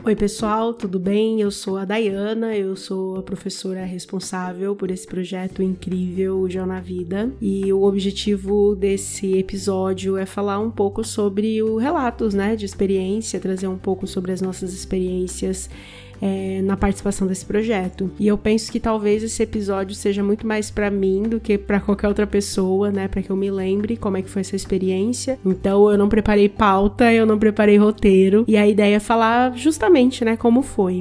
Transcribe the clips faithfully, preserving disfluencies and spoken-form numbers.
Oi pessoal, tudo bem? Eu sou a Dayana, eu sou a professora responsável por esse projeto incrível Geo na Vida, e o objetivo desse episódio é falar um pouco sobre os relatos, né, de experiência, trazer um pouco sobre as nossas experiências É, na participação desse projeto. E eu penso que talvez esse episódio seja muito mais pra mim do que pra qualquer outra pessoa, né, pra que eu me lembre como é que foi essa experiência. Então eu não preparei pauta, eu não preparei roteiro, e a ideia é falar justamente, né, como foi.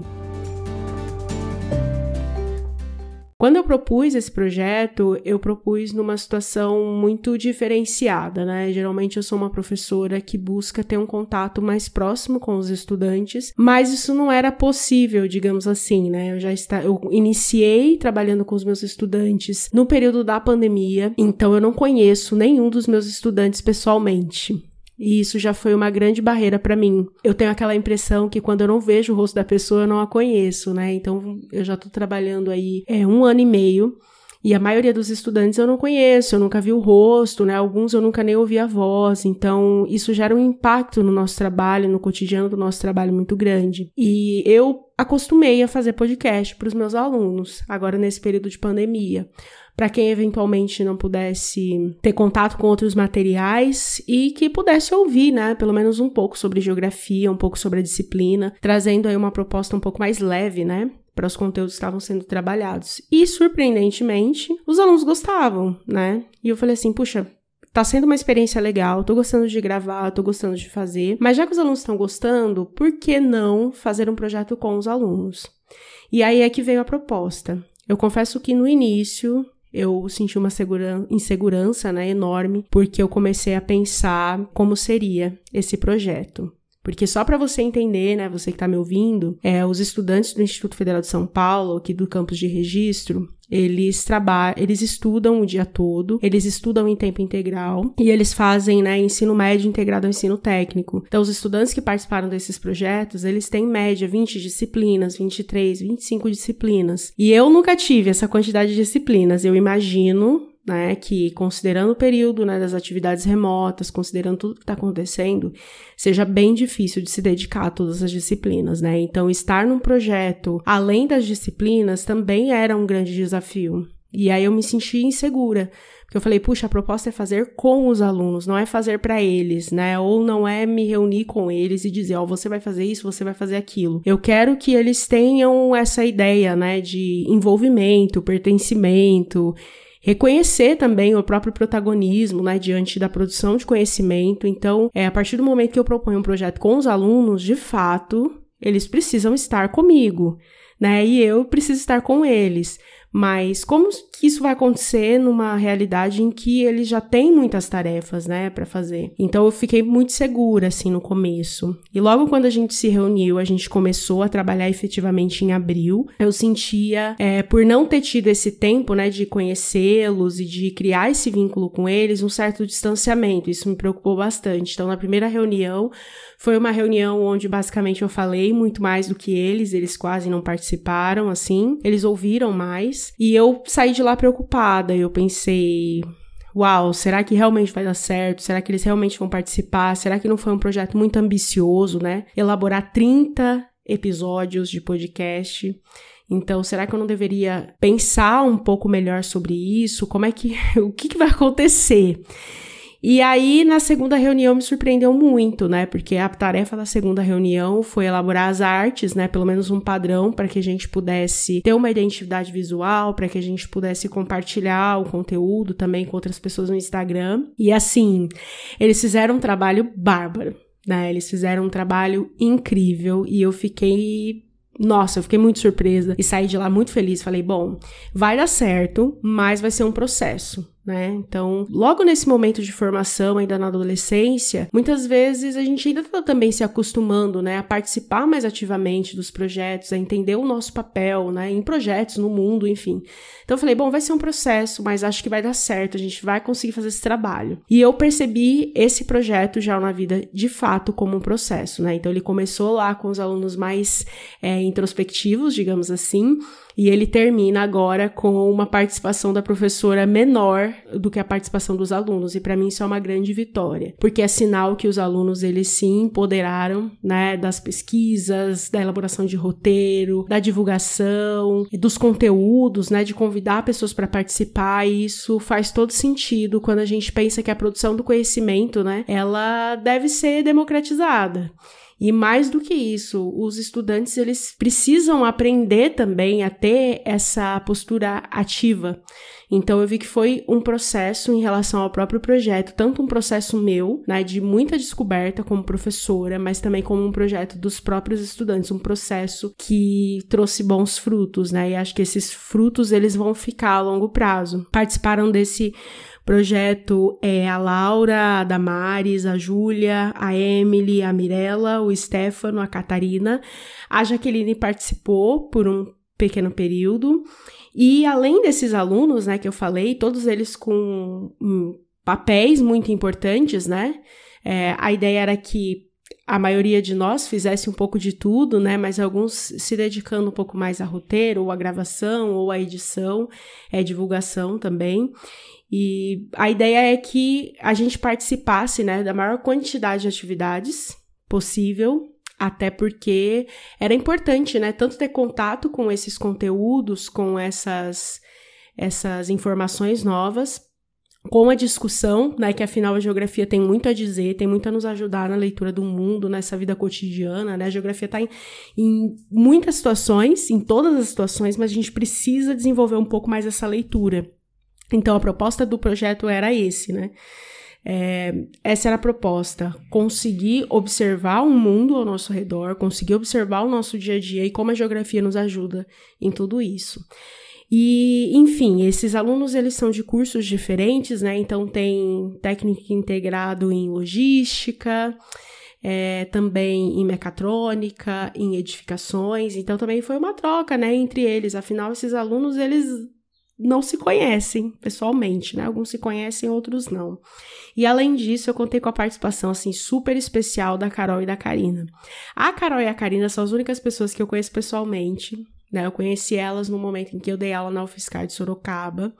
Quando eu propus esse projeto, eu propus numa situação muito diferenciada, né? Geralmente eu sou uma professora que busca ter um contato mais próximo com os estudantes, mas isso não era possível, digamos assim, né? Eu já está, eu iniciei trabalhando com os meus estudantes no período da pandemia, então eu não conheço nenhum dos meus estudantes pessoalmente. E isso já foi uma grande barreira pra mim. Eu tenho aquela impressão que quando eu não vejo o rosto da pessoa, eu não a conheço, né? Então, eu já tô trabalhando aí é, um ano e meio, e a maioria dos estudantes eu não conheço, eu nunca vi o rosto, né? Alguns eu nunca nem ouvi a voz. Então, isso gera um impacto no nosso trabalho, no cotidiano do nosso trabalho muito grande. E eu acostumei a fazer podcast para os meus alunos, agora nesse período de pandemia, para quem eventualmente não pudesse ter contato com outros materiais e que pudesse ouvir, né, pelo menos um pouco sobre geografia, um pouco sobre a disciplina, trazendo aí uma proposta um pouco mais leve, né, para os conteúdos que estavam sendo trabalhados. E, surpreendentemente, os alunos gostavam, né, e eu falei assim, puxa, tá sendo uma experiência legal, tô gostando de gravar, tô gostando de fazer, mas já que os alunos estão gostando, por que não fazer um projeto com os alunos? E aí é que veio a proposta. Eu confesso que no início eu senti uma segura- insegurança, né, enorme, porque eu comecei a pensar como seria esse projeto. Porque só para você entender, né, você que está me ouvindo, é, os estudantes do Instituto Federal de São Paulo, aqui do campus de registro, eles trabalham, eles estudam o dia todo, eles estudam em tempo integral e eles fazem, né, ensino médio integrado ao ensino técnico. Então, os estudantes que participaram desses projetos, eles têm em média vinte disciplinas, vinte e três, vinte e cinco disciplinas. E eu nunca tive essa quantidade de disciplinas. Eu imagino, né, que considerando o período, né, das atividades remotas, considerando tudo que está acontecendo, seja bem difícil de se dedicar a todas as disciplinas, né? Então, estar num projeto além das disciplinas também era um grande desafio. E aí eu me senti insegura, porque eu falei, puxa, a proposta é fazer com os alunos, não é fazer para eles, né? Ou não é me reunir com eles e dizer, ó, oh, você vai fazer isso, você vai fazer aquilo. Eu quero que eles tenham essa ideia, né, de envolvimento, pertencimento, reconhecer também o próprio protagonismo, né, diante da produção de conhecimento. Então, é, a partir do momento que eu proponho um projeto com os alunos, de fato, eles precisam estar comigo, né, e eu preciso estar com eles. Mas como que isso vai acontecer numa realidade em que eles já têm muitas tarefas, né, para fazer? Então eu fiquei muito segura, assim, no começo. E logo quando a gente se reuniu, a gente começou a trabalhar efetivamente em abril, eu sentia, é, por não ter tido esse tempo, né, de conhecê-los e de criar esse vínculo com eles, um certo distanciamento. Isso me preocupou bastante. Então, na primeira reunião, foi uma reunião onde basicamente eu falei muito mais do que eles, eles quase não participaram, assim, eles ouviram mais. E eu saí de lá preocupada, eu pensei, uau, será que realmente vai dar certo? Será que eles realmente vão participar? Será que não foi um projeto muito ambicioso, né? Elaborar trinta episódios de podcast. Então, será que eu não deveria pensar um pouco melhor sobre isso? Como é que, o que, que vai acontecer? E aí, na segunda reunião, me surpreendeu muito, né? Porque a tarefa da segunda reunião foi elaborar as artes, né? Pelo menos um padrão para que a gente pudesse ter uma identidade visual, para que a gente pudesse compartilhar o conteúdo também com outras pessoas no Instagram. E assim, eles fizeram um trabalho bárbaro, né? Eles fizeram um trabalho incrível e eu fiquei... Nossa, eu fiquei muito surpresa e saí de lá muito feliz. Falei, bom, vai dar certo, mas vai ser um processo, né? Então, logo nesse momento de formação, ainda na adolescência, muitas vezes a gente ainda tá também se acostumando, né, a participar mais ativamente dos projetos, a entender o nosso papel, né, em projetos, no mundo, enfim. Então eu falei, bom, vai ser um processo, mas acho que vai dar certo, a gente vai conseguir fazer esse trabalho. E eu percebi esse projeto já na vida, de fato, como um processo, né? Então ele começou lá com os alunos mais é, introspectivos, digamos assim, E ele termina agora com uma participação da professora menor do que a participação dos alunos. E para mim isso é uma grande vitória, porque é sinal que os alunos, eles se empoderaram, né, das pesquisas, da elaboração de roteiro, da divulgação, dos conteúdos, né, de convidar pessoas para participar. E isso faz todo sentido quando a gente pensa que a produção do conhecimento, né, ela deve ser democratizada. E mais do que isso, os estudantes, eles precisam aprender também a ter essa postura ativa. Então, eu vi que foi um processo em relação ao próprio projeto, tanto um processo meu, né, de muita descoberta como professora, mas também como um projeto dos próprios estudantes, um processo que trouxe bons frutos, né, e acho que esses frutos, eles vão ficar a longo prazo. Participaram desse projeto é a Laura, a Damares, a Júlia, a Emily, a Mirella, o Stefano, a Catarina. A Jaqueline participou por um pequeno período. E além desses alunos, né, que eu falei, todos eles com hum, papéis muito importantes, né? É, a ideia era que a maioria de nós fizesse um pouco de tudo, né? Mas alguns se dedicando um pouco mais a roteiro, ou a gravação, ou a edição, é, divulgação também. E a ideia é que a gente participasse, né, da maior quantidade de atividades possível, até porque era importante, né, tanto ter contato com esses conteúdos, com essas, essas informações novas, com a discussão, né, que afinal a geografia tem muito a dizer, tem muito a nos ajudar na leitura do mundo, nessa vida cotidiana, né, a geografia está em, em muitas situações, em todas as situações, mas a gente precisa desenvolver um pouco mais essa leitura. Então, a proposta do projeto era esse, né? É, essa era a proposta, conseguir observar o mundo ao nosso redor, conseguir observar o nosso dia a dia e como a geografia nos ajuda em tudo isso. E, enfim, esses alunos, eles são de cursos diferentes, né? Então, tem técnico integrado em logística, é, também em mecatrônica, em edificações. Então, também foi uma troca, né, entre eles. Afinal, esses alunos, eles não se conhecem pessoalmente, né? Alguns se conhecem, outros não. E além disso, eu contei com a participação, assim, super especial da Carol e da Karina. A Carol e a Karina são as únicas pessoas que eu conheço pessoalmente, né? Eu conheci elas no momento em que eu dei aula na UFSCar de Sorocaba.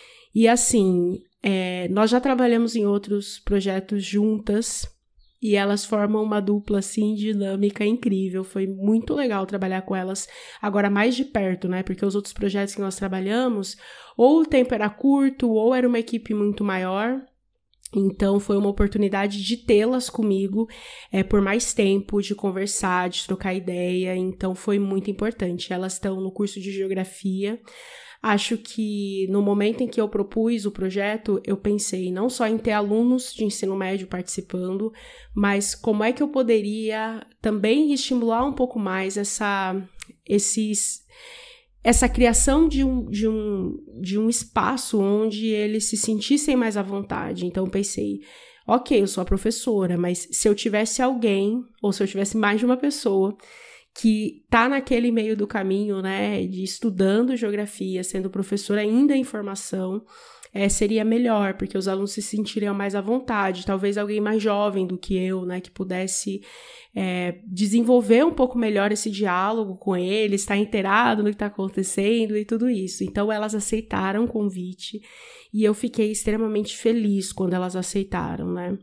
E assim, é, nós já trabalhamos em outros projetos juntas, e elas formam uma dupla, assim, dinâmica incrível. Foi muito legal trabalhar com elas agora mais de perto, né? Porque os outros projetos que nós trabalhamos, ou o tempo era curto, ou era uma equipe muito maior. Então, foi uma oportunidade de tê-las comigo é, por mais tempo, de conversar, de trocar ideia. Então, foi muito importante. Elas estão no curso de Geografia. Acho que no momento em que eu propus o projeto, eu pensei não só em ter alunos de ensino médio participando, mas como é que eu poderia também estimular um pouco mais essa, esses, essa criação de um, de, um, de um espaço onde eles se sentissem mais à vontade. Então, eu pensei, ok, eu sou a professora, mas se eu tivesse alguém, ou se eu tivesse mais de uma pessoa que tá naquele meio do caminho, né, de estudando geografia, sendo professora ainda em formação, é, seria melhor, porque os alunos se sentiriam mais à vontade, talvez alguém mais jovem do que eu, né, que pudesse é, desenvolver um pouco melhor esse diálogo com eles, estar inteirado no que está acontecendo e tudo isso. Então, elas aceitaram o convite e eu fiquei extremamente feliz quando elas aceitaram, né.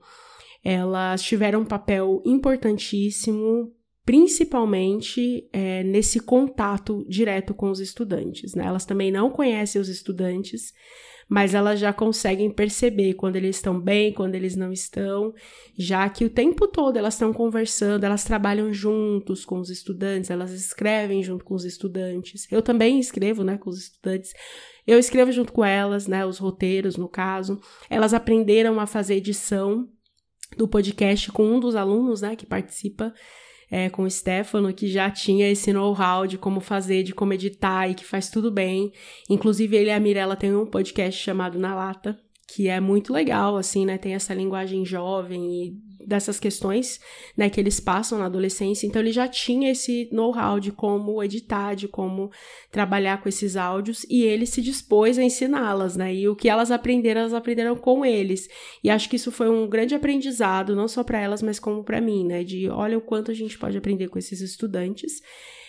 Elas tiveram um papel importantíssimo, principalmente é, nesse contato direto com os estudantes, né? Elas também não conhecem os estudantes, mas elas já conseguem perceber quando eles estão bem, quando eles não estão, já que o tempo todo elas estão conversando, elas trabalham juntos com os estudantes, elas escrevem junto com os estudantes. Eu também escrevo, né, com os estudantes. Eu escrevo junto com elas, né, os roteiros, no caso. Elas aprenderam a fazer edição do podcast com um dos alunos, né, que participa, É, com o Stefano, que já tinha esse know-how de como fazer, de como editar e que faz tudo bem. Inclusive, ele e a Mirella têm um podcast chamado Na Lata, que é muito legal, assim, né? Tem essa linguagem jovem e dessas questões, né, que eles passam na adolescência. Então, ele já tinha esse know-how de como editar, de como trabalhar com esses áudios, e ele se dispôs a ensiná-las, né? E o que elas aprenderam, elas aprenderam com eles. E acho que isso foi um grande aprendizado, não só para elas, mas como para mim, né? De olha o quanto a gente pode aprender com esses estudantes.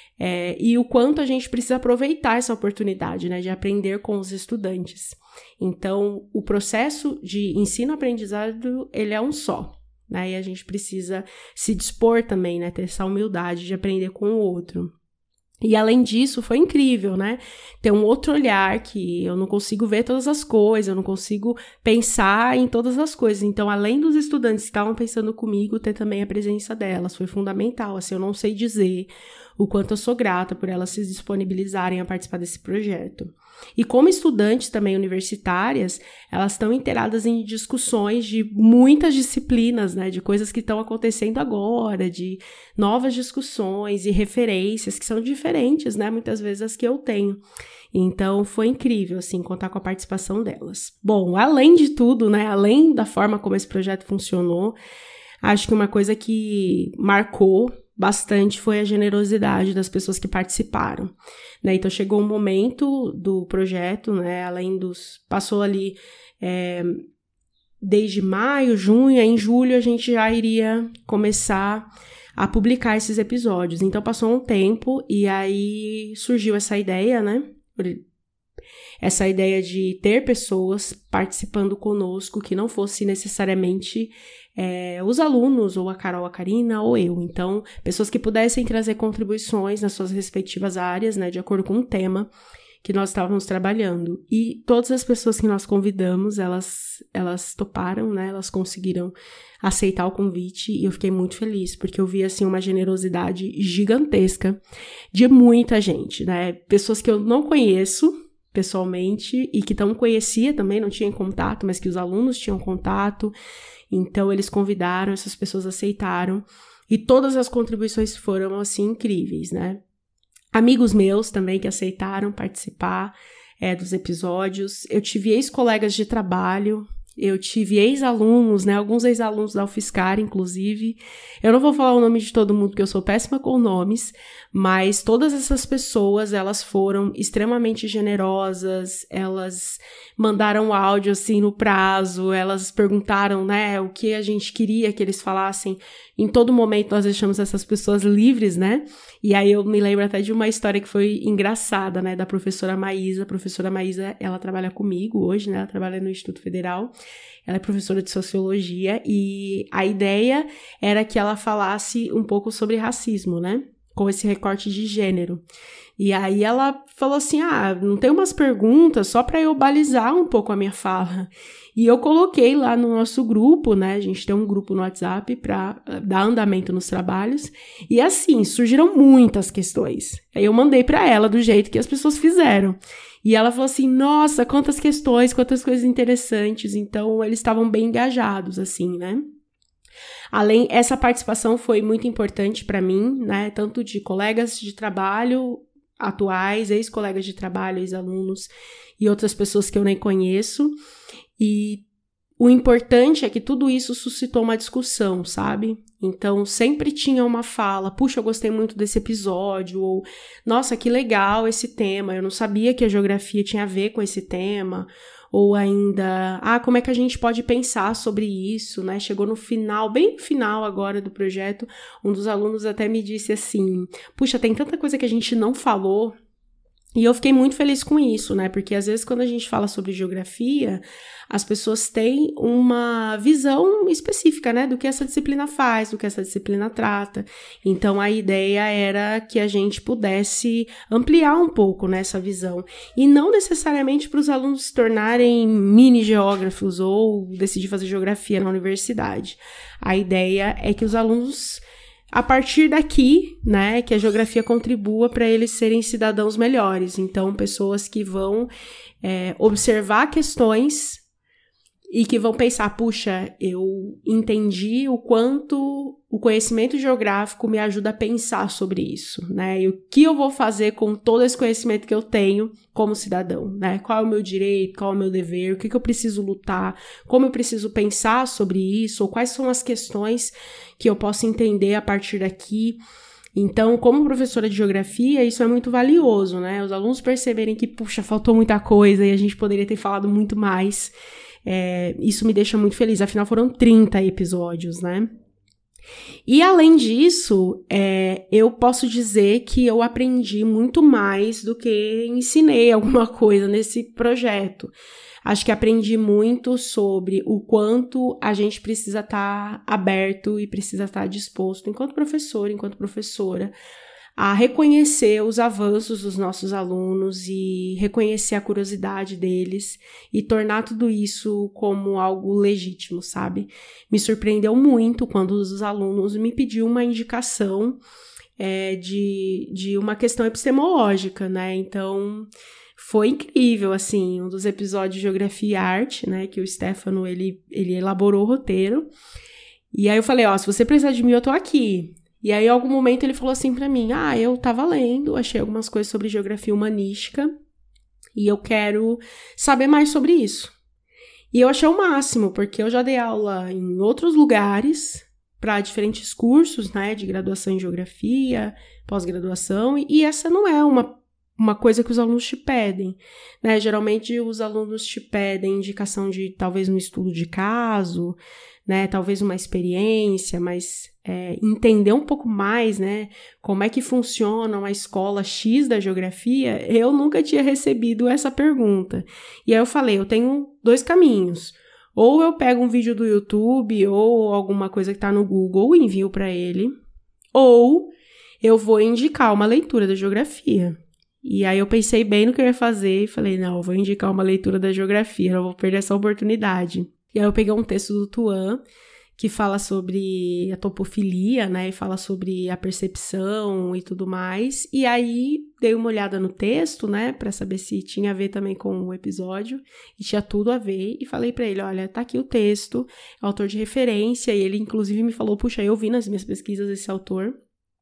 É, e o quanto a gente precisa aproveitar essa oportunidade, né, de aprender com os estudantes. Então, o processo de ensino-aprendizado, ele é um só, né, e a gente precisa se dispor também, né, ter essa humildade de aprender com o outro. E além disso, foi incrível, né? Ter um outro olhar que eu não consigo ver todas as coisas, eu não consigo pensar em todas as coisas. Então, além dos estudantes que estavam pensando comigo, ter também a presença delas foi fundamental. Assim, eu não sei dizer o quanto eu sou grata por elas se disponibilizarem a participar desse projeto. E como estudantes também universitárias, elas estão inteiradas em discussões de muitas disciplinas, né, de coisas que estão acontecendo agora, de novas discussões e referências que são diferentes, né, muitas vezes as que eu tenho. Então, foi incrível, assim, contar com a participação delas. Bom, além de tudo, né, além da forma como esse projeto funcionou, acho que uma coisa que marcou bastante foi a generosidade das pessoas que participaram, né, então chegou um momento do projeto, né, além dos, passou ali é, desde maio, junho, em julho a gente já iria começar a publicar esses episódios, então passou um tempo e aí surgiu essa ideia, né, essa ideia de ter pessoas participando conosco que não fosse necessariamente É, os alunos, ou a Carol, a Karina, ou eu. Então, pessoas que pudessem trazer contribuições nas suas respectivas áreas, né, de acordo com o tema que nós estávamos trabalhando. E todas as pessoas que nós convidamos, elas, elas toparam, né, elas conseguiram aceitar o convite, e eu fiquei muito feliz, porque eu vi, assim, uma generosidade gigantesca de muita gente, né, pessoas que eu não conheço pessoalmente, e que não conhecia também, não tinha contato, mas que os alunos tinham contato. Então, eles convidaram, essas pessoas aceitaram, e todas as contribuições foram, assim, incríveis, né? Amigos meus também que aceitaram participar é, dos episódios. Eu tive ex-colegas de trabalho, eu tive ex-alunos, né? Alguns ex-alunos da UFSCar, inclusive. Eu não vou falar o nome de todo mundo, porque eu sou péssima com nomes, mas todas essas pessoas, elas foram extremamente generosas, elas mandaram áudio, assim, no prazo, elas perguntaram, né, o que a gente queria que eles falassem. Em todo momento, nós deixamos essas pessoas livres, né, e aí eu me lembro até de uma história que foi engraçada, né, da professora Maísa. A professora Maísa, ela trabalha comigo hoje, né, ela trabalha no Instituto Federal, ela é professora de Sociologia, e a ideia era que ela falasse um pouco sobre racismo, né, com esse recorte de gênero. E aí ela falou assim, ah, não tem umas perguntas só para eu balizar um pouco a minha fala. E eu coloquei lá no nosso grupo, né, a gente tem um grupo no WhatsApp para dar andamento nos trabalhos, e assim, surgiram muitas questões. Aí eu mandei para ela do jeito que as pessoas fizeram. E ela falou assim, nossa, quantas questões, quantas coisas interessantes. Então, eles estavam bem engajados, assim, né? Além, essa participação foi muito importante para mim, né, tanto de colegas de trabalho atuais, ex-colegas de trabalho, ex-alunos e outras pessoas que eu nem conheço, e o importante é que tudo isso suscitou uma discussão, sabe? Então, sempre tinha uma fala, puxa, eu gostei muito desse episódio, ou, nossa, que legal esse tema, eu não sabia que a geografia tinha a ver com esse tema, ou ainda, ah, como é que a gente pode pensar sobre isso, né? Chegou no final, bem no final agora do projeto, um dos alunos até me disse assim, puxa, tem tanta coisa que a gente não falou, e eu fiquei muito feliz com isso, né? Porque às vezes quando a gente fala sobre geografia, as pessoas têm uma visão específica, né? Do que essa disciplina faz, do que essa disciplina trata. Então, a ideia era que a gente pudesse ampliar um pouco nessa visão. E não necessariamente para os alunos se tornarem mini geógrafos ou decidir fazer geografia na universidade. A ideia é que os alunos, a partir daqui, né, que a geografia contribua para eles serem cidadãos melhores. Então, pessoas que vão é, observar questões e que vão pensar, puxa, eu entendi o quanto o conhecimento geográfico me ajuda a pensar sobre isso, né? E o que eu vou fazer com todo esse conhecimento que eu tenho como cidadão, né? Qual é o meu direito, qual é o meu dever, o que, que eu preciso lutar, como eu preciso pensar sobre isso, ou quais são as questões que eu posso entender a partir daqui. Então, como professora de geografia, isso é muito valioso, né? Os alunos perceberem que, puxa, faltou muita coisa e a gente poderia ter falado muito mais. É, isso me deixa muito feliz, afinal foram trinta episódios, né? E além disso, é, eu posso dizer que eu aprendi muito mais do que ensinei alguma coisa nesse projeto. Acho que aprendi muito sobre o quanto a gente precisa estar aberto e precisa estar disposto, enquanto professor, enquanto professora, a reconhecer os avanços dos nossos alunos e reconhecer a curiosidade deles e tornar tudo isso como algo legítimo, sabe? Me surpreendeu muito quando os alunos me pediam uma indicação é, de, de uma questão epistemológica, né? Então, foi incrível, assim, um dos episódios de Geografia e Arte, né? Que o Stefano, ele, ele elaborou o roteiro. E aí eu falei, ó, se você precisar de mim, eu tô aqui. E aí, em algum momento, ele falou assim pra mim, ah, eu tava lendo, achei algumas coisas sobre geografia humanística e eu quero saber mais sobre isso. E eu achei o máximo, porque eu já dei aula em outros lugares para diferentes cursos, né, de graduação em geografia, pós-graduação, e essa não é uma, uma coisa que os alunos te pedem, né? Geralmente, os alunos te pedem indicação de, talvez, um estudo de caso, né, talvez uma experiência, mas é, entender um pouco mais, né, como é que funciona uma escola X da geografia, eu nunca tinha recebido essa pergunta. E aí eu falei, eu tenho dois caminhos. Ou eu pego um vídeo do YouTube ou alguma coisa que está no Google e envio para ele, ou eu vou indicar uma leitura da geografia. E aí eu pensei bem no que eu ia fazer e falei, não, eu vou indicar uma leitura da geografia, não vou perder essa oportunidade. E aí eu peguei um texto do Tuan, que fala sobre a topofilia, né, e fala sobre a percepção e tudo mais, e aí dei uma olhada no texto, né, para saber se tinha a ver também com o episódio, e tinha tudo a ver, e falei para ele, olha, tá aqui o texto, é autor de referência, e ele inclusive me falou, puxa, eu vi nas minhas pesquisas esse autor,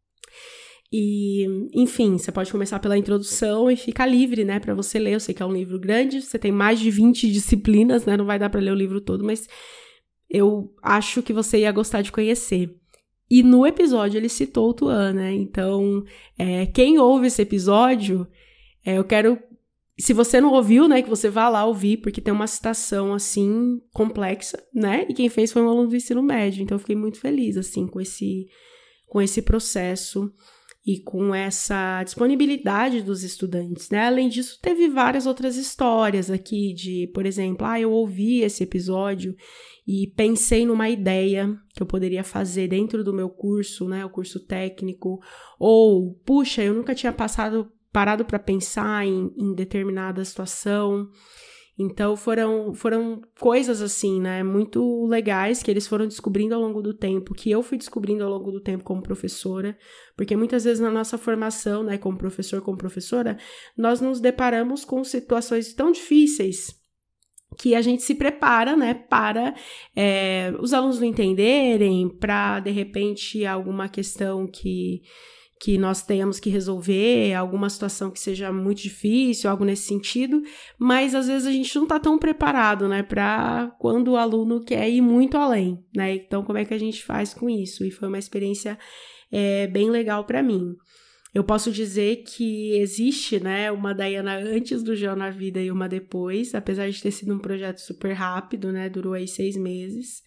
e, enfim, você pode começar pela introdução e ficar livre, né, para você ler. Eu sei que é um livro grande, você tem mais de vinte disciplinas, né, não vai dar para ler o livro todo, mas eu acho que você ia gostar de conhecer. E no episódio ele citou o Tuan, né, então, é, quem ouve esse episódio, é, eu quero, se você não ouviu, né, que você vá lá ouvir, porque tem uma citação, assim, complexa, né, e quem fez foi um aluno do ensino médio, então eu fiquei muito feliz, assim, com esse, com esse processo e com essa disponibilidade dos estudantes, né? Além disso, teve várias outras histórias aqui de, por exemplo, ah, eu ouvi esse episódio e pensei numa ideia que eu poderia fazer dentro do meu curso, né? O curso técnico, ou, puxa, eu nunca tinha passado, parado para pensar em, em determinada situação. Então, foram, foram coisas assim, né, muito legais que eles foram descobrindo ao longo do tempo, que eu fui descobrindo ao longo do tempo como professora, porque muitas vezes na nossa formação, né, como professor, como professora, nós nos deparamos com situações tão difíceis que a gente se prepara, né, para é, os alunos não entenderem, para, de repente, alguma questão que... que nós tenhamos que resolver, alguma situação que seja muito difícil, algo nesse sentido, mas às vezes a gente não está tão preparado, né, para quando o aluno quer ir muito além, né, então como é que a gente faz com isso? E foi uma experiência é, bem legal para mim. Eu posso dizer que existe, né, uma Daiana antes do Geo na Vida e uma depois, apesar de ter sido um projeto super rápido, né, durou aí seis meses,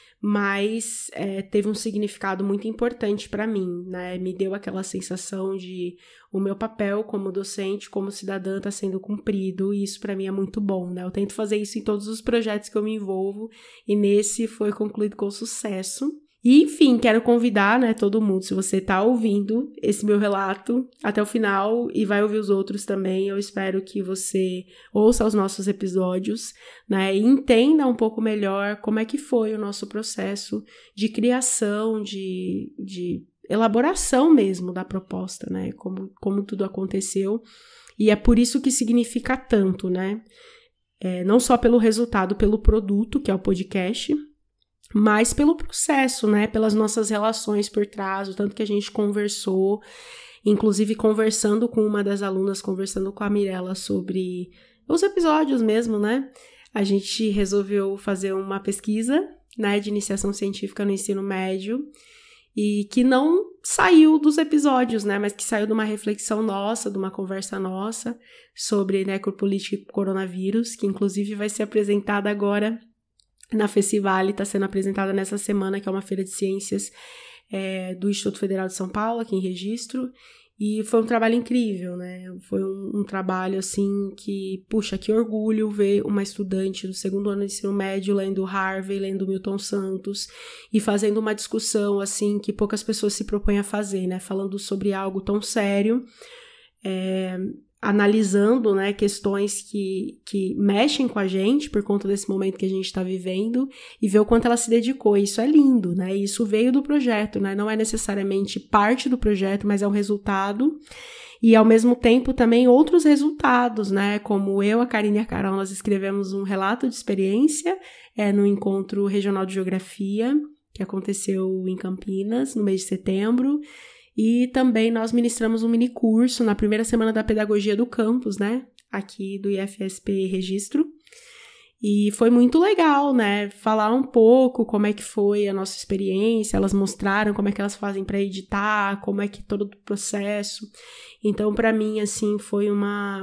mas é, teve um significado muito importante para mim, né? Me deu aquela sensação de o meu papel como docente, como cidadã está sendo cumprido, e isso para mim é muito bom, né? Eu tento fazer isso em todos os projetos que eu me envolvo, e nesse foi concluído com sucesso. E, enfim, quero convidar, né, todo mundo, se você está ouvindo esse meu relato até o final e vai ouvir os outros também, eu espero que você ouça os nossos episódios, né, e entenda um pouco melhor como é que foi o nosso processo de criação, de, de elaboração mesmo da proposta, né, como, como tudo aconteceu. E é por isso que significa tanto, né, é, não só pelo resultado, pelo produto, que é o podcast, mas pelo processo, né, pelas nossas relações por trás, o tanto que a gente conversou, inclusive conversando com uma das alunas, conversando com a Mirella sobre os episódios mesmo, né, a gente resolveu fazer uma pesquisa, né, de iniciação científica no ensino médio, e que não saiu dos episódios, né, mas que saiu de uma reflexão nossa, de uma conversa nossa sobre necropolítica e coronavírus, que inclusive vai ser apresentada agora na Festivale, está sendo apresentada nessa semana, que é uma feira de ciências é, do Instituto Federal de São Paulo, aqui em Registro. E foi um trabalho incrível, né? Foi um, um trabalho, assim, que, puxa, que orgulho ver uma estudante do segundo ano de ensino médio lendo Harvey, lendo Milton Santos e fazendo uma discussão, assim, que poucas pessoas se propõem a fazer, né? Falando sobre algo tão sério, é, analisando, né, questões que, que mexem com a gente por conta desse momento que a gente está vivendo e ver o quanto ela se dedicou. Isso é lindo, né? Isso veio do projeto, né? Não é necessariamente parte do projeto, mas é um resultado. E, ao mesmo tempo, também outros resultados, né? Como eu, a Karine e a Carol, nós escrevemos um relato de experiência é, no Encontro Regional de Geografia, que aconteceu em Campinas, no mês de setembro. E também nós ministramos um mini curso na primeira semana da Pedagogia do Campus, né? Aqui do I F S P Registro. E foi muito legal, né? Falar um pouco como é que foi a nossa experiência. Elas mostraram como é que elas fazem para editar, como é que todo o processo. Então, para mim, assim, foi uma...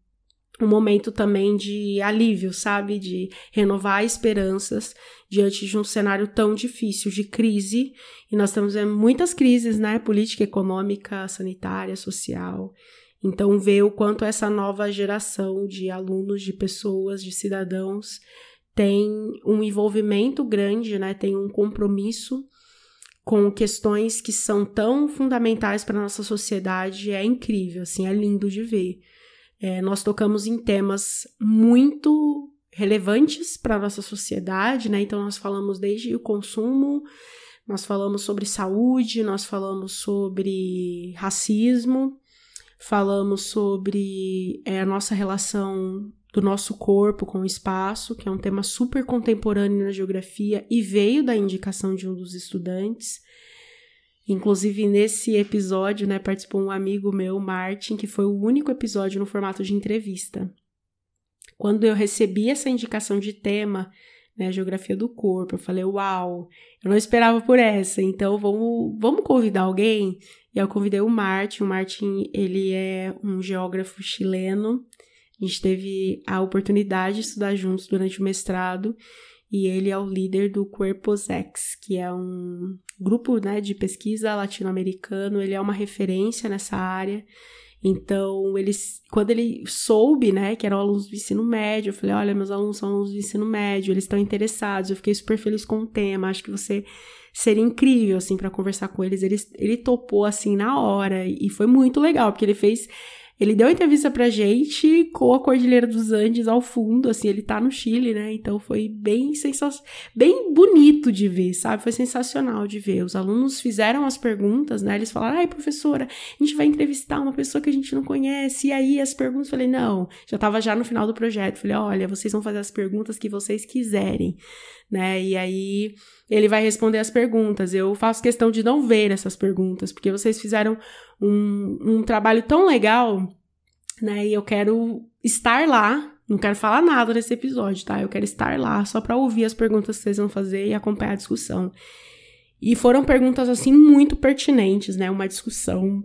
um momento também de alívio, sabe? De renovar esperanças diante de um cenário tão difícil, de crise. E nós estamos vendo muitas crises, né? Política, econômica, sanitária, social. Então, ver o quanto essa nova geração de alunos, de pessoas, de cidadãos tem um envolvimento grande, né? Tem um compromisso com questões que são tão fundamentais para a nossa sociedade. É incrível, assim, é lindo de ver. É, nós tocamos em temas muito relevantes para a nossa sociedade, né? Então, nós falamos desde o consumo, nós falamos sobre saúde, nós falamos sobre racismo, falamos sobre é, a nossa relação do nosso corpo com o espaço, que é um tema super contemporâneo na geografia e veio da indicação de um dos estudantes. Inclusive, nesse episódio, né, participou um amigo meu, Martin, que foi o único episódio no formato de entrevista. Quando eu recebi essa indicação de tema, né, Geografia do Corpo, eu falei, uau, eu não esperava por essa, então vamos, vamos convidar alguém? E eu convidei o Martin. O Martin, ele é um geógrafo chileno. A gente teve a oportunidade de estudar juntos durante o mestrado. E ele é o líder do Cuerpos-X, que é um grupo, né, de pesquisa latino-americano. Ele é uma referência nessa área. Então, ele, quando ele soube, né, que eram alunos do ensino médio, eu falei, olha, meus alunos são alunos do ensino médio, eles estão interessados. Eu fiquei super feliz com o tema. Acho que você seria incrível, assim, para conversar com eles. Ele, ele topou, assim, na hora. E foi muito legal, porque ele fez... Ele deu entrevista pra gente com a Cordilheira dos Andes ao fundo, assim, ele tá no Chile, né, então foi bem sensacional, bem bonito de ver, sabe, foi sensacional de ver. Os alunos fizeram as perguntas, né, eles falaram, ai, professora, a gente vai entrevistar uma pessoa que a gente não conhece, e aí as perguntas, eu falei, não, já tava já no final do projeto, falei, olha, vocês vão fazer as perguntas que vocês quiserem, né, e aí ele vai responder as perguntas. Eu faço questão de não ver essas perguntas, porque vocês fizeram um, um trabalho tão legal, né, e eu quero estar lá, não quero falar nada nesse episódio, tá, eu quero estar lá só para ouvir as perguntas que vocês vão fazer e acompanhar a discussão. E foram perguntas, assim, muito pertinentes, né, uma discussão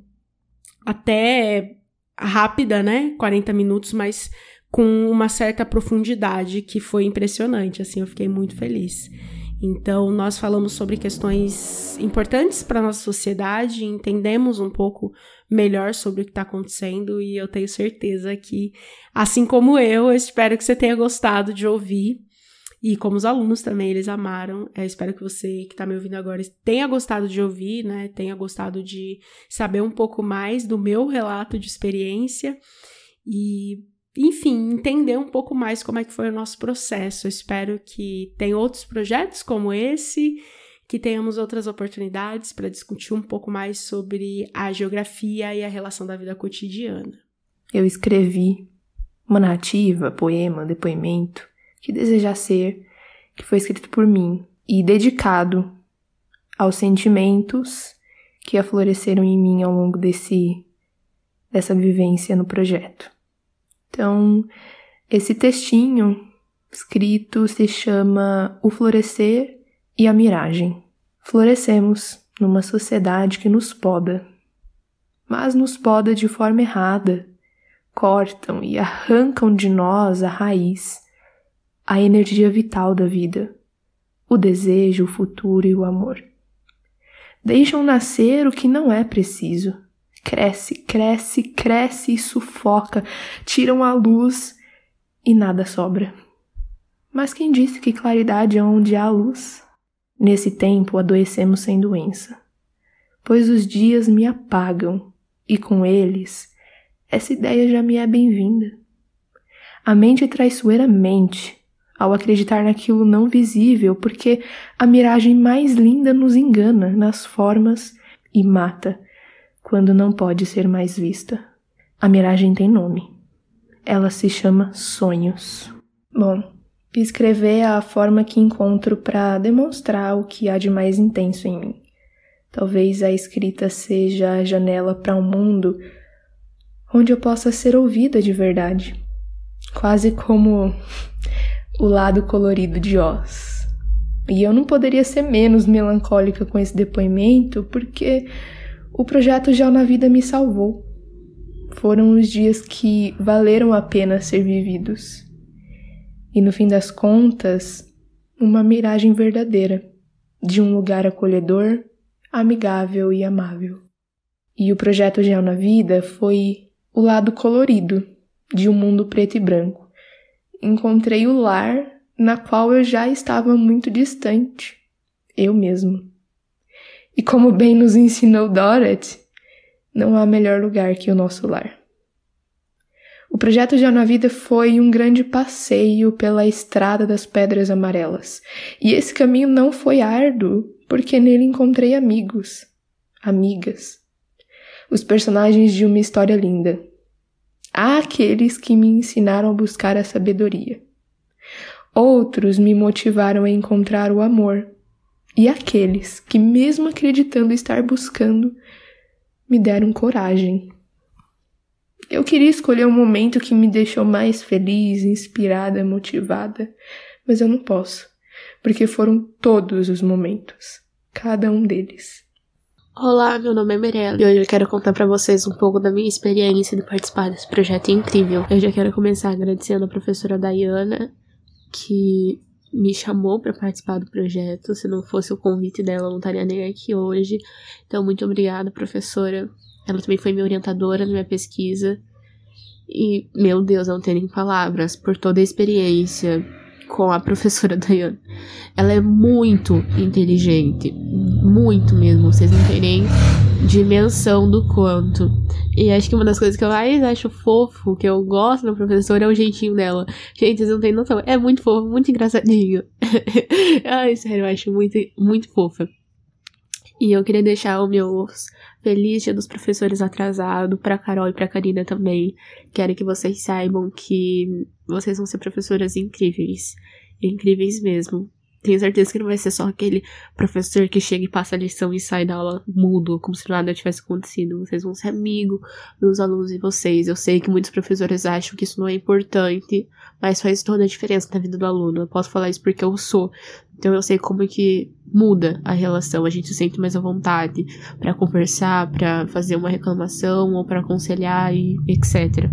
até rápida, né, quarenta minutos, mas com uma certa profundidade que foi impressionante, assim, eu fiquei muito feliz. Então, nós falamos sobre questões importantes para a nossa sociedade, entendemos um pouco melhor sobre o que está acontecendo e eu tenho certeza que, assim como eu, eu espero que você tenha gostado de ouvir e como os alunos também, eles amaram. Eu espero que você que está me ouvindo agora tenha gostado de ouvir, né? Tenha gostado de saber um pouco mais do meu relato de experiência e... enfim, entender um pouco mais como é que foi o nosso processo. Eu espero que tenha outros projetos como esse, que tenhamos outras oportunidades para discutir um pouco mais sobre a geografia e a relação da vida cotidiana. Eu escrevi uma narrativa, poema, depoimento, que deseja ser, que foi escrito por mim e dedicado aos sentimentos que afloreceram em mim ao longo desse, dessa vivência no projeto. Então, esse textinho escrito se chama O Florescer e a Miragem. Florescemos numa sociedade que nos poda, mas nos poda de forma errada. Cortam e arrancam de nós a raiz, a energia vital da vida. o desejo, o futuro e o amor. Deixam nascer o que não é preciso. Cresce, cresce, cresce e sufoca, tiram a luz e nada sobra. Mas quem disse que claridade é onde há luz? Nesse tempo adoecemos sem doença, pois os dias me apagam e com eles essa ideia já me é bem-vinda. A mente traiçoeira mente ao acreditar naquilo não visível, porque a miragem mais linda nos engana nas formas e mata quando não pode ser mais vista. A miragem tem nome. Ela se chama sonhos. Bom, escrever é a forma que encontro para demonstrar o que há de mais intenso em mim. Talvez a escrita seja a janela para um mundo onde eu possa ser ouvida de verdade. Quase como o lado colorido de Oz. E eu não poderia ser menos melancólica com esse depoimento, porque o projeto Gel na Vida me salvou. Foram os dias que valeram a pena ser vividos. E no fim das contas, uma miragem verdadeira, de um lugar acolhedor, amigável e amável. E o projeto Gel na Vida foi o lado colorido de um mundo preto e branco. Encontrei o lar na qual eu já estava muito distante, eu mesmo. E como bem nos ensinou Dorothy, não há melhor lugar que o nosso lar. O projeto Gel na Vida foi um grande passeio pela estrada das pedras amarelas. E esse caminho não foi árduo, porque nele encontrei amigos, amigas, os personagens de uma história linda. Há aqueles que me ensinaram a buscar a sabedoria. Outros me motivaram a encontrar o amor. E aqueles que, mesmo acreditando estar buscando, me deram coragem. Eu queria escolher um momento que me deixou mais feliz, inspirada, motivada, mas eu não posso, porque foram todos os momentos, cada um deles. Olá, meu nome é Mirella e hoje eu quero contar pra vocês um pouco da minha experiência de participar desse projeto incrível. Eu já quero começar agradecendo a professora Dayana, que me chamou pra participar do projeto. Se não fosse o convite dela, eu não estaria nem aqui hoje. Então, muito obrigada, professora. Ela também foi minha orientadora na minha pesquisa. E, meu Deus, eu não tenho nem palavras por toda a experiência com a professora Dayana. Ela é muito inteligente, muito mesmo, vocês não têm nem dimensão do quanto. E acho que uma das coisas que eu mais acho fofo, que eu gosto da professora, é o jeitinho dela. Gente, vocês não têm noção, é muito fofo, muito engraçadinho. Ai, sério, eu acho muito, muito fofa. E eu queria deixar o meu feliz dia dos professores atrasado pra Carol e pra Karina também. Quero que vocês saibam que vocês vão ser professoras incríveis. Incríveis mesmo. Tenho certeza que não vai ser só aquele professor que chega e passa a lição e sai da aula mudo, como se nada tivesse acontecido. Vocês vão ser amigos dos alunos de vocês. Eu sei que muitos professores acham que isso não é importante, mas faz toda a diferença na vida do aluno. Eu posso falar isso porque eu sou. Então eu sei como que muda a relação. A gente se sente mais à vontade pra conversar, pra fazer uma reclamação ou pra aconselhar e etcétera.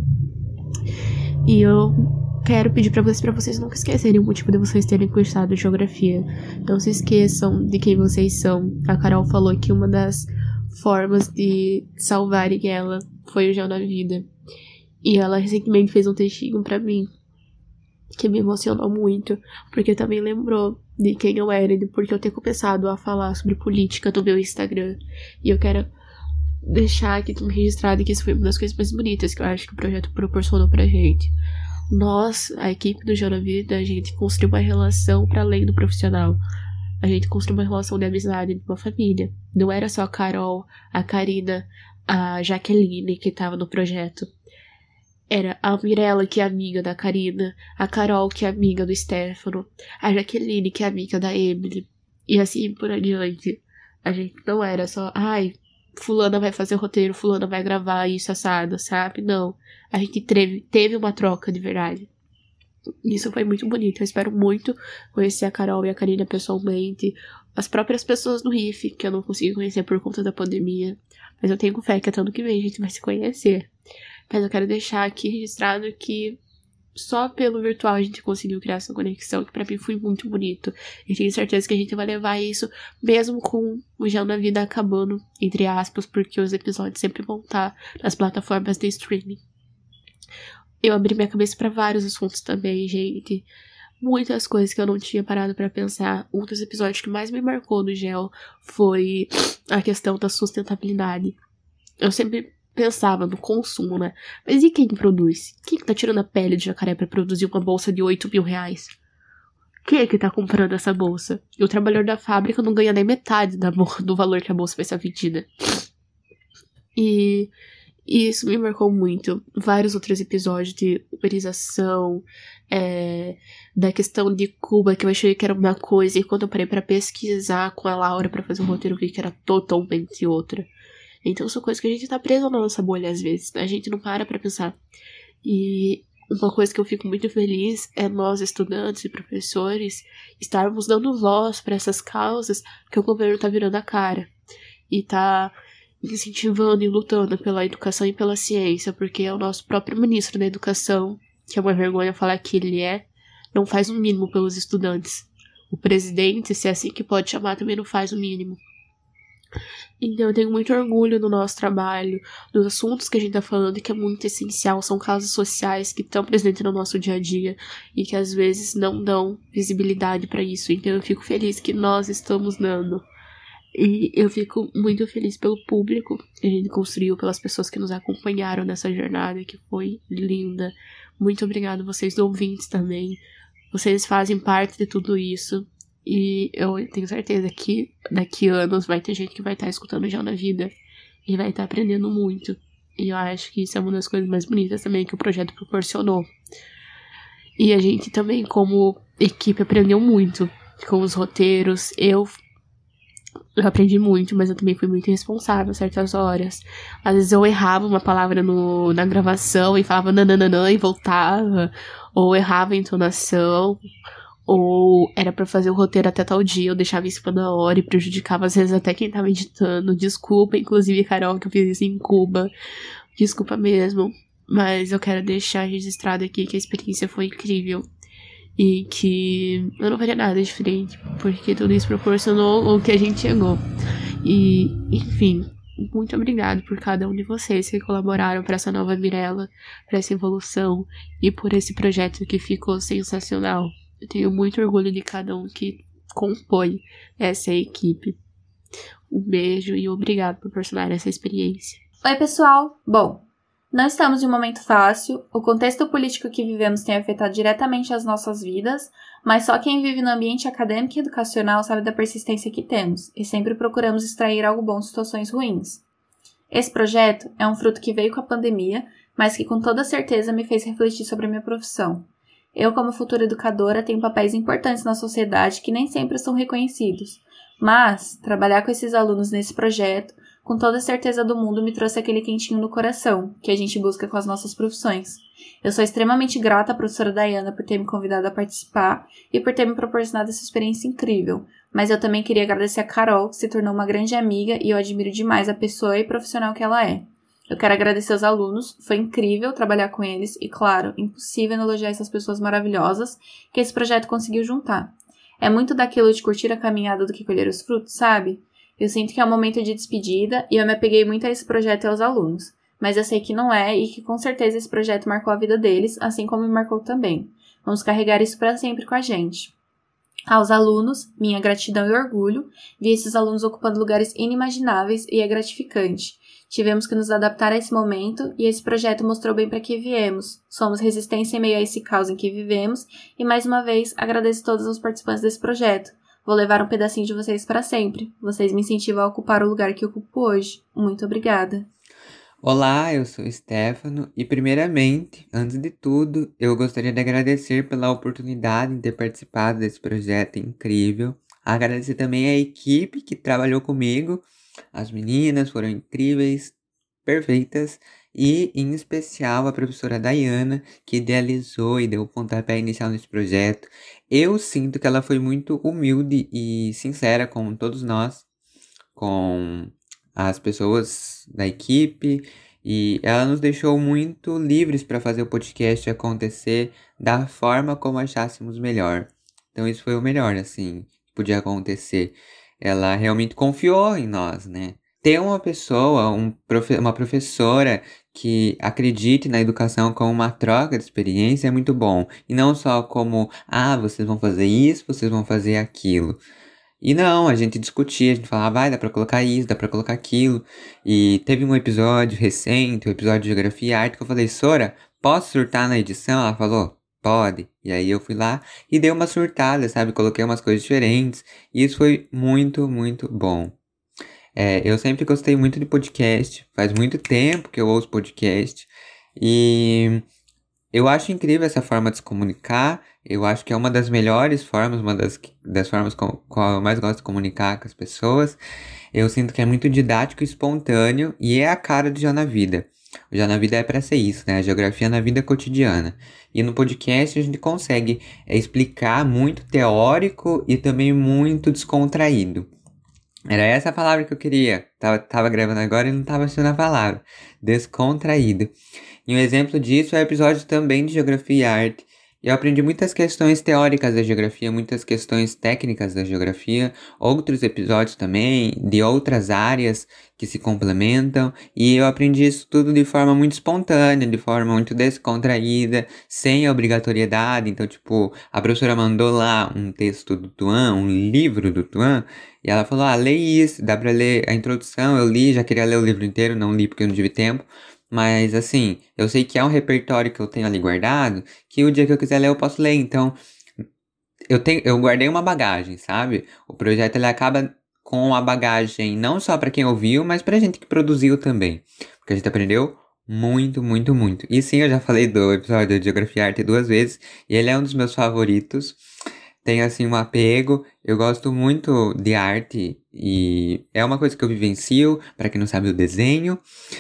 E eu quero pedir pra vocês, pra vocês nunca esquecerem o motivo de vocês terem cursado geografia. Não se esqueçam de quem vocês são. A Carol falou que uma das formas de salvarem ela foi o Gel na Vida. E ela recentemente fez um textinho pra mim que me emocionou muito, porque também lembrou de quem eu era e de por que eu ter começado a falar sobre política no meu Instagram. E eu quero deixar aqui registrado que isso foi uma das coisas mais bonitas que eu acho que o projeto proporcionou pra gente. Nós, a equipe do Gel na Vida, a gente construiu uma relação para além do profissional. A gente construiu uma relação de amizade, de uma família. Não era só a Carol, a Karina, a Jaqueline que estava no projeto. Era a Mirella, que é amiga da Karina, a Carol, que é amiga do Stefano, a Jaqueline, que é amiga da Emily, e assim por adiante. A gente não era só, ai, fulana vai fazer o roteiro, fulana vai gravar isso assado, sabe? Não. A gente teve, teve uma troca de verdade. Isso foi muito bonito. Eu espero muito conhecer a Carol e a Karina pessoalmente. As próprias pessoas do R I F, que eu não consegui conhecer por conta da pandemia. Mas eu tenho fé que até ano que vem a gente vai se conhecer. Mas eu quero deixar aqui registrado que só pelo virtual a gente conseguiu criar essa conexão, que pra mim foi muito bonito. E tenho certeza que a gente vai levar isso, mesmo com o Gel na Vida acabando, entre aspas, porque os episódios sempre vão estar nas plataformas de streaming. Eu abri minha cabeça pra vários assuntos também, gente. Muitas coisas que eu não tinha parado pra pensar. Um dos episódios que mais me marcou no Gel foi a questão da sustentabilidade. Eu sempre pensava no consumo, né? Mas e quem produz? Quem que tá tirando a pele de jacaré pra produzir uma bolsa de oito mil reais? Quem é que tá comprando essa bolsa? E o trabalhador da fábrica não ganha nem metade da, do valor que a bolsa vai ser vendida. E, e isso me marcou muito. Vários outros episódios de uberização, é, da questão de Cuba, que eu achei que era uma coisa, e quando eu parei pra pesquisar com a Laura pra fazer um roteiro, eu vi que era totalmente outra. Então são coisas que a gente tá preso na nossa bolha às vezes, né? A gente não para pra pensar. E uma coisa que eu fico muito feliz é nós, estudantes e professores, estarmos dando voz pra essas causas que o governo tá virando a cara. E tá incentivando e lutando pela educação e pela ciência, porque é o nosso próprio ministro da educação, que é uma vergonha falar que ele é, não faz o mínimo pelos estudantes. O presidente, se é assim que pode chamar, também não faz o mínimo. Então eu tenho muito orgulho do nosso trabalho, dos assuntos que a gente tá falando, que é muito essencial, são causas sociais que estão presentes no nosso dia a dia e que às vezes não dão visibilidade pra isso. Então eu fico feliz que nós estamos dando. E eu fico muito feliz pelo público que a gente construiu, pelas pessoas que nos acompanharam nessa jornada, que foi linda. Muito obrigada vocês ouvintes também. Vocês fazem parte de tudo isso. E eu tenho certeza que daqui a anos vai ter gente que vai estar escutando Já na Vida e vai estar aprendendo muito. E eu acho que isso é uma das coisas mais bonitas também que o projeto proporcionou. E a gente também, como equipe, aprendeu muito com os roteiros. Eu, eu aprendi muito, mas eu também fui muito irresponsável certas horas. Às vezes eu errava uma palavra no, na gravação e falava nananana e voltava. Ou errava a entonação. Ou era pra fazer o roteiro até tal dia, eu deixava em cima da hora e prejudicava às vezes até quem tava editando. Desculpa, inclusive, Carol, que eu fiz isso em Cuba. Desculpa mesmo. Mas eu quero deixar registrado aqui que a experiência foi incrível. E que eu não faria nada diferente, porque tudo isso proporcionou o que a gente chegou. E, enfim, muito obrigado por cada um de vocês que colaboraram para essa nova Mirella, para essa evolução e por esse projeto que ficou sensacional. Eu tenho muito orgulho de cada um que compõe essa equipe. Um beijo e obrigado por proporcionar essa experiência. Oi, pessoal! Bom, não estamos em um momento fácil, o contexto político que vivemos tem afetado diretamente as nossas vidas, mas só quem vive no ambiente acadêmico e educacional sabe da persistência que temos, e sempre procuramos extrair algo bom de situações ruins. Esse projeto é um fruto que veio com a pandemia, mas que com toda certeza me fez refletir sobre a minha profissão. Eu, como futura educadora, tenho papéis importantes na sociedade que nem sempre são reconhecidos. Mas, trabalhar com esses alunos nesse projeto, com toda a certeza do mundo, me trouxe aquele quentinho no coração, que a gente busca com as nossas profissões. Eu sou extremamente grata à professora Dayana por ter me convidado a participar e por ter me proporcionado essa experiência incrível. Mas eu também queria agradecer a Carol, que se tornou uma grande amiga, e eu admiro demais a pessoa e profissional que ela é. Eu quero agradecer aos alunos, foi incrível trabalhar com eles e, claro, impossível não elogiar essas pessoas maravilhosas que esse projeto conseguiu juntar. É muito daquilo de curtir a caminhada do que colher os frutos, sabe? Eu sinto que é um momento de despedida e eu me apeguei muito a esse projeto e aos alunos, mas eu sei que não é e que com certeza esse projeto marcou a vida deles, assim como me marcou também. Vamos carregar isso para sempre com a gente. Aos alunos, minha gratidão e orgulho, vi esses alunos ocupando lugares inimagináveis e é gratificante. Tivemos que nos adaptar a esse momento e esse projeto mostrou bem para que viemos. Somos resistência em meio a esse caos em que vivemos e, mais uma vez, agradeço a todos os participantes desse projeto. Vou levar um pedacinho de vocês para sempre. Vocês me incentivam a ocupar o lugar que ocupo hoje. Muito obrigada. Olá, eu sou o Stefano e, primeiramente, antes de tudo, eu gostaria de agradecer pela oportunidade de ter participado desse projeto incrível. Agradecer também a equipe que trabalhou comigo. As meninas foram incríveis, perfeitas, e em especial a professora Dayana, que idealizou e deu o pontapé inicial nesse projeto. Eu sinto que ela foi muito humilde e sincera com todos nós, com as pessoas da equipe E ela nos deixou muito livres para fazer o podcast acontecer da forma como achássemos melhor. Então isso foi o melhor, assim, que podia acontecer. Ela realmente confiou em nós, né? Ter uma pessoa, um profe- uma professora que acredite na educação como uma troca de experiência é muito bom. E não só como, ah, vocês vão fazer isso, vocês vão fazer aquilo. E não, a gente discutia, a gente falava, vai, dá pra colocar isso, dá pra colocar aquilo. E teve um episódio recente, um episódio de Geografia e Arte, que eu falei, Sora, posso surtar na edição? Ela falou, pode. E aí eu fui lá e dei uma surtada, sabe? Coloquei umas coisas diferentes. E isso foi muito, muito bom. É, eu sempre gostei muito de podcast. Faz muito tempo que eu ouço podcast. E eu acho incrível essa forma de se comunicar. Eu acho que é uma das melhores formas, uma das, das formas com qual eu mais gosto de comunicar com as pessoas. Eu sinto que é muito didático e espontâneo e é a cara do Já na Vida. O Já na Vida é pra ser isso, né? A geografia na vida cotidiana. E no podcast a gente consegue é, explicar muito teórico e também muito descontraído. Era essa a palavra que eu queria. Tava, tava gravando agora e não tava achando a palavra. Descontraído. E um exemplo disso é o episódio também de Geografia e Arte. Eu aprendi muitas questões teóricas da geografia, muitas questões técnicas da geografia, outros episódios também, de outras áreas que se complementam, e eu aprendi isso tudo de forma muito espontânea, de forma muito descontraída, sem obrigatoriedade. Então, tipo, a professora mandou lá um texto do Tuan, um livro do Tuan, e ela falou, ah, lê isso, dá pra ler a introdução, eu li, já queria ler o livro inteiro, não li porque eu não tive tempo. Mas, assim, eu sei que é um repertório que eu tenho ali guardado, que o dia que eu quiser ler eu posso ler. Então, eu, tenho, eu guardei uma bagagem, sabe? O projeto, ele acaba com uma bagagem não só para quem ouviu, mas pra gente que produziu também. Porque a gente aprendeu muito, muito, muito. E sim, eu já falei do episódio de Geografia e Arte duas vezes, e ele é um dos meus favoritos. Tem, assim, um apego. Eu gosto muito de arte, e é uma coisa que eu vivencio, para quem não sabe, o desenho.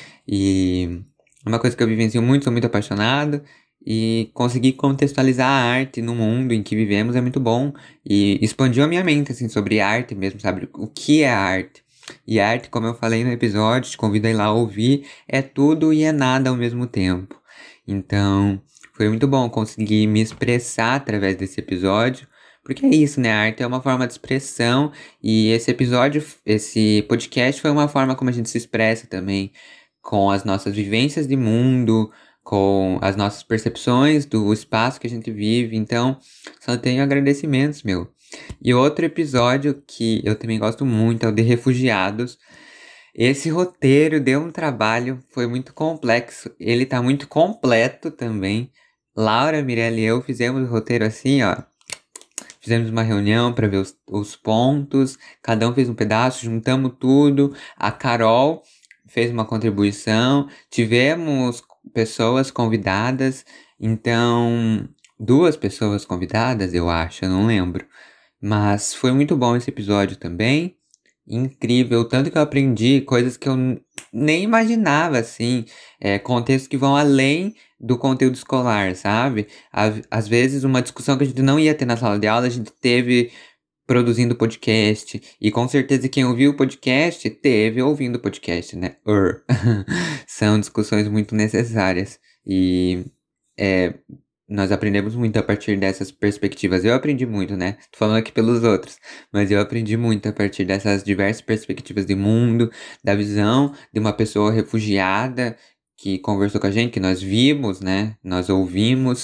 E é uma coisa que eu vivencio muito, sou muito apaixonado. E conseguir contextualizar a arte no mundo em que vivemos é muito bom. E expandiu a minha mente, assim, sobre arte mesmo, sabe? O que é arte? E arte, como eu falei no episódio, te convido a ir lá a ouvir, é tudo e é nada ao mesmo tempo. Então, foi muito bom conseguir me expressar através desse episódio. Porque é isso, né? A arte é uma forma de expressão. E esse episódio, esse podcast foi uma forma como a gente se expressa também, com as nossas vivências de mundo, com as nossas percepções do espaço que a gente vive. Então, só tenho agradecimentos, meu. E outro episódio que eu também gosto muito é o de refugiados. Esse roteiro deu um trabalho, foi muito complexo. Ele tá muito completo também. Laura, Mirella e eu fizemos o roteiro assim, ó. Fizemos uma reunião para ver os, os pontos. Cada um fez um pedaço, juntamos tudo. A Carol fez uma contribuição, tivemos pessoas convidadas, então, duas pessoas convidadas, eu acho, eu não lembro. Mas foi muito bom esse episódio também, incrível, tanto que eu aprendi coisas que eu nem imaginava, assim, é, contextos que vão além do conteúdo escolar, sabe? Às vezes, uma discussão que a gente não ia ter na sala de aula, a gente teve produzindo podcast, e com certeza quem ouviu o podcast teve ouvindo o podcast, né? Ur. São discussões muito necessárias, e é, nós aprendemos muito a partir dessas perspectivas. Eu aprendi muito, né? Tô falando aqui pelos outros, mas eu aprendi muito a partir dessas diversas perspectivas de mundo, da visão de uma pessoa refugiada que conversou com a gente, que nós vimos, né? Nós ouvimos,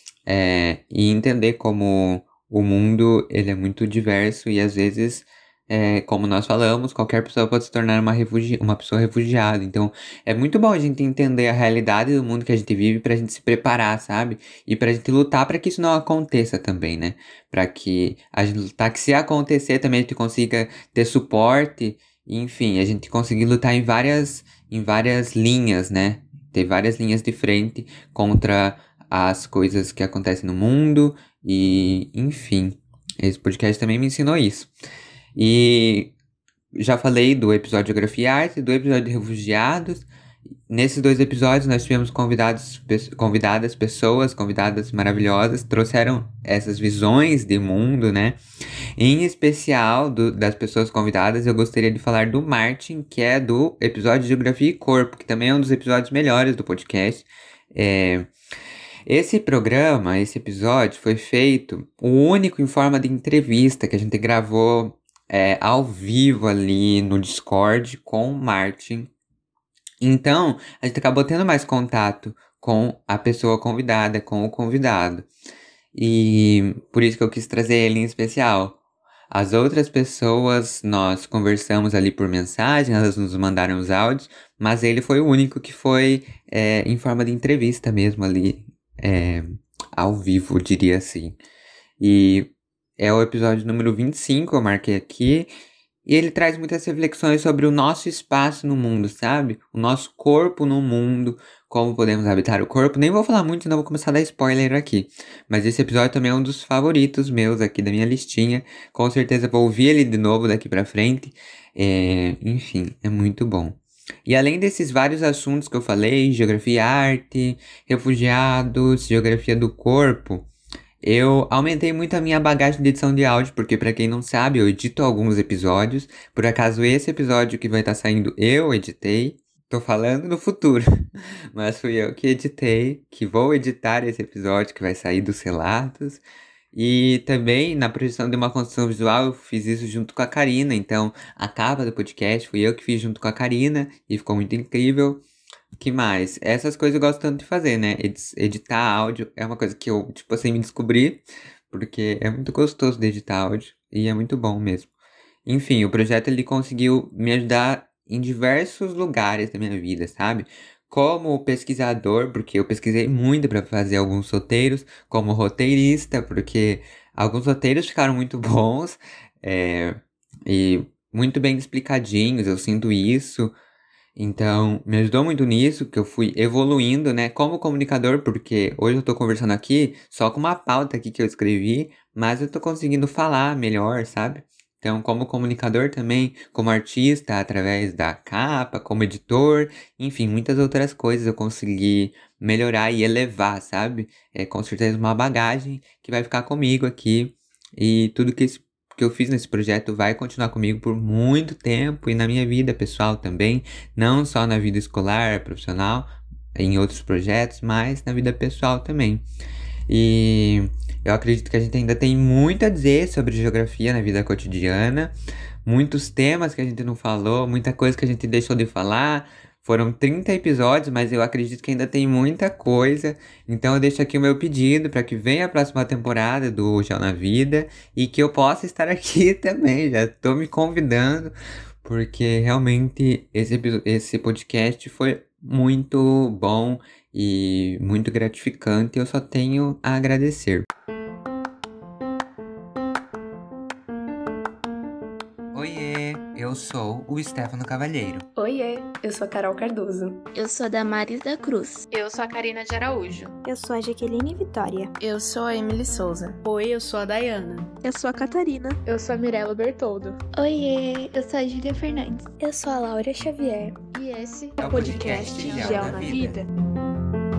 é, e entender como o mundo, ele é muito diverso e às vezes, é, como nós falamos, qualquer pessoa pode se tornar uma, refugi- uma pessoa refugiada. Então, é muito bom a gente entender a realidade do mundo que a gente vive pra gente se preparar, sabe? E pra gente lutar pra que isso não aconteça também, né? Pra que a gente lutar que se acontecer também a gente consiga ter suporte, enfim, a gente conseguir lutar em várias, em várias linhas, né? Ter várias linhas de frente contra as coisas que acontecem no mundo. E, enfim, esse podcast também me ensinou isso. E já falei do episódio de Geografia e Arte, do episódio de Refugiados. nesses dois episódios nós tivemos convidados, convidadas, pessoas, convidadas maravilhosas, trouxeram essas visões de mundo, né? Em especial do, das pessoas convidadas, eu gostaria de falar do Martin, que é do episódio de Geografia e Corpo, que também é um dos episódios melhores do podcast. É... Esse programa, esse episódio foi feito, o único em forma de entrevista que a gente gravou é, ao vivo ali no Discord com o Martin. Então, a gente acabou tendo mais contato com a pessoa convidada, com o convidado. E por isso que eu quis trazer ele em especial. As outras pessoas, nós conversamos ali por mensagem, elas nos mandaram os áudios, mas ele foi o único que foi é, em forma de entrevista mesmo ali, é, ao vivo, diria assim. E é o episódio número vinte e cinco, eu marquei aqui. E ele traz muitas reflexões sobre o nosso espaço no mundo, sabe? O nosso corpo no mundo, como podemos habitar o corpo. Nem vou falar muito, senão vou começar a dar spoiler aqui. Mas esse episódio também é um dos favoritos meus aqui da minha listinha. Com certeza vou ouvir ele de novo daqui pra frente. É, enfim, é muito bom. E além desses vários assuntos que eu falei, geografia e arte, refugiados, geografia do corpo... Eu aumentei muito a minha bagagem de edição de áudio, porque pra quem não sabe, eu edito alguns episódios. Por acaso esse episódio que vai estar saindo, eu editei. Tô falando no futuro, mas fui eu que editei, que vou editar esse episódio que vai sair dos relatos. E também na projeção de uma construção visual eu fiz isso junto com a Karina. Então a capa do podcast fui eu que fiz junto com a Karina e ficou muito incrível. Que mais? Essas coisas eu gosto tanto de fazer, né? Ed- editar áudio é uma coisa que eu, tipo assim, me descobri. Porque é muito gostoso de editar áudio. E é muito bom mesmo. Enfim, o projeto ele conseguiu me ajudar em diversos lugares da minha vida, sabe? Como pesquisador, porque eu pesquisei muito para fazer alguns roteiros. Como roteirista, porque alguns roteiros ficaram muito bons. É, e muito bem explicadinhos, eu sinto isso. Então, me ajudou muito nisso, que eu fui evoluindo, né, como comunicador, porque hoje eu tô conversando aqui só com uma pauta aqui que eu escrevi, mas eu tô conseguindo falar melhor, sabe? Então, como comunicador também, como artista, através da capa, como editor, enfim, muitas outras coisas eu consegui melhorar e elevar, sabe? É com certeza uma bagagem que vai ficar comigo aqui, e tudo que esse que eu fiz nesse projeto vai continuar comigo por muito tempo e na minha vida pessoal também, não só na vida escolar, profissional, em outros projetos, mas na vida pessoal também. E eu acredito que a gente ainda tem muito a dizer sobre geografia na vida cotidiana, muitos temas que a gente não falou, muita coisa que a gente deixou de falar. Foram trinta episódios, mas eu acredito que ainda tem muita coisa. Então eu deixo aqui o meu pedido para que venha a próxima temporada do Geo na Vida e que eu possa estar aqui também. Já estou me convidando, porque realmente esse, esse podcast foi muito bom e muito gratificante. Eu só tenho a agradecer. Oiê, eu sou o Stefano Cavalheiro. Oiê, eu sou a Carol Cardoso. Eu sou a Damaris da Cruz. Eu sou a Karina de Araújo. Eu sou a Jaqueline Vitória. Eu sou a Emily Souza. Oi, eu sou a Dayana. Eu sou a Catarina. Eu sou a Mirella Bertoldo. Oiê, eu sou a Júlia Fernandes. Eu sou a Laura Xavier. E esse é o podcast Geo na Vida.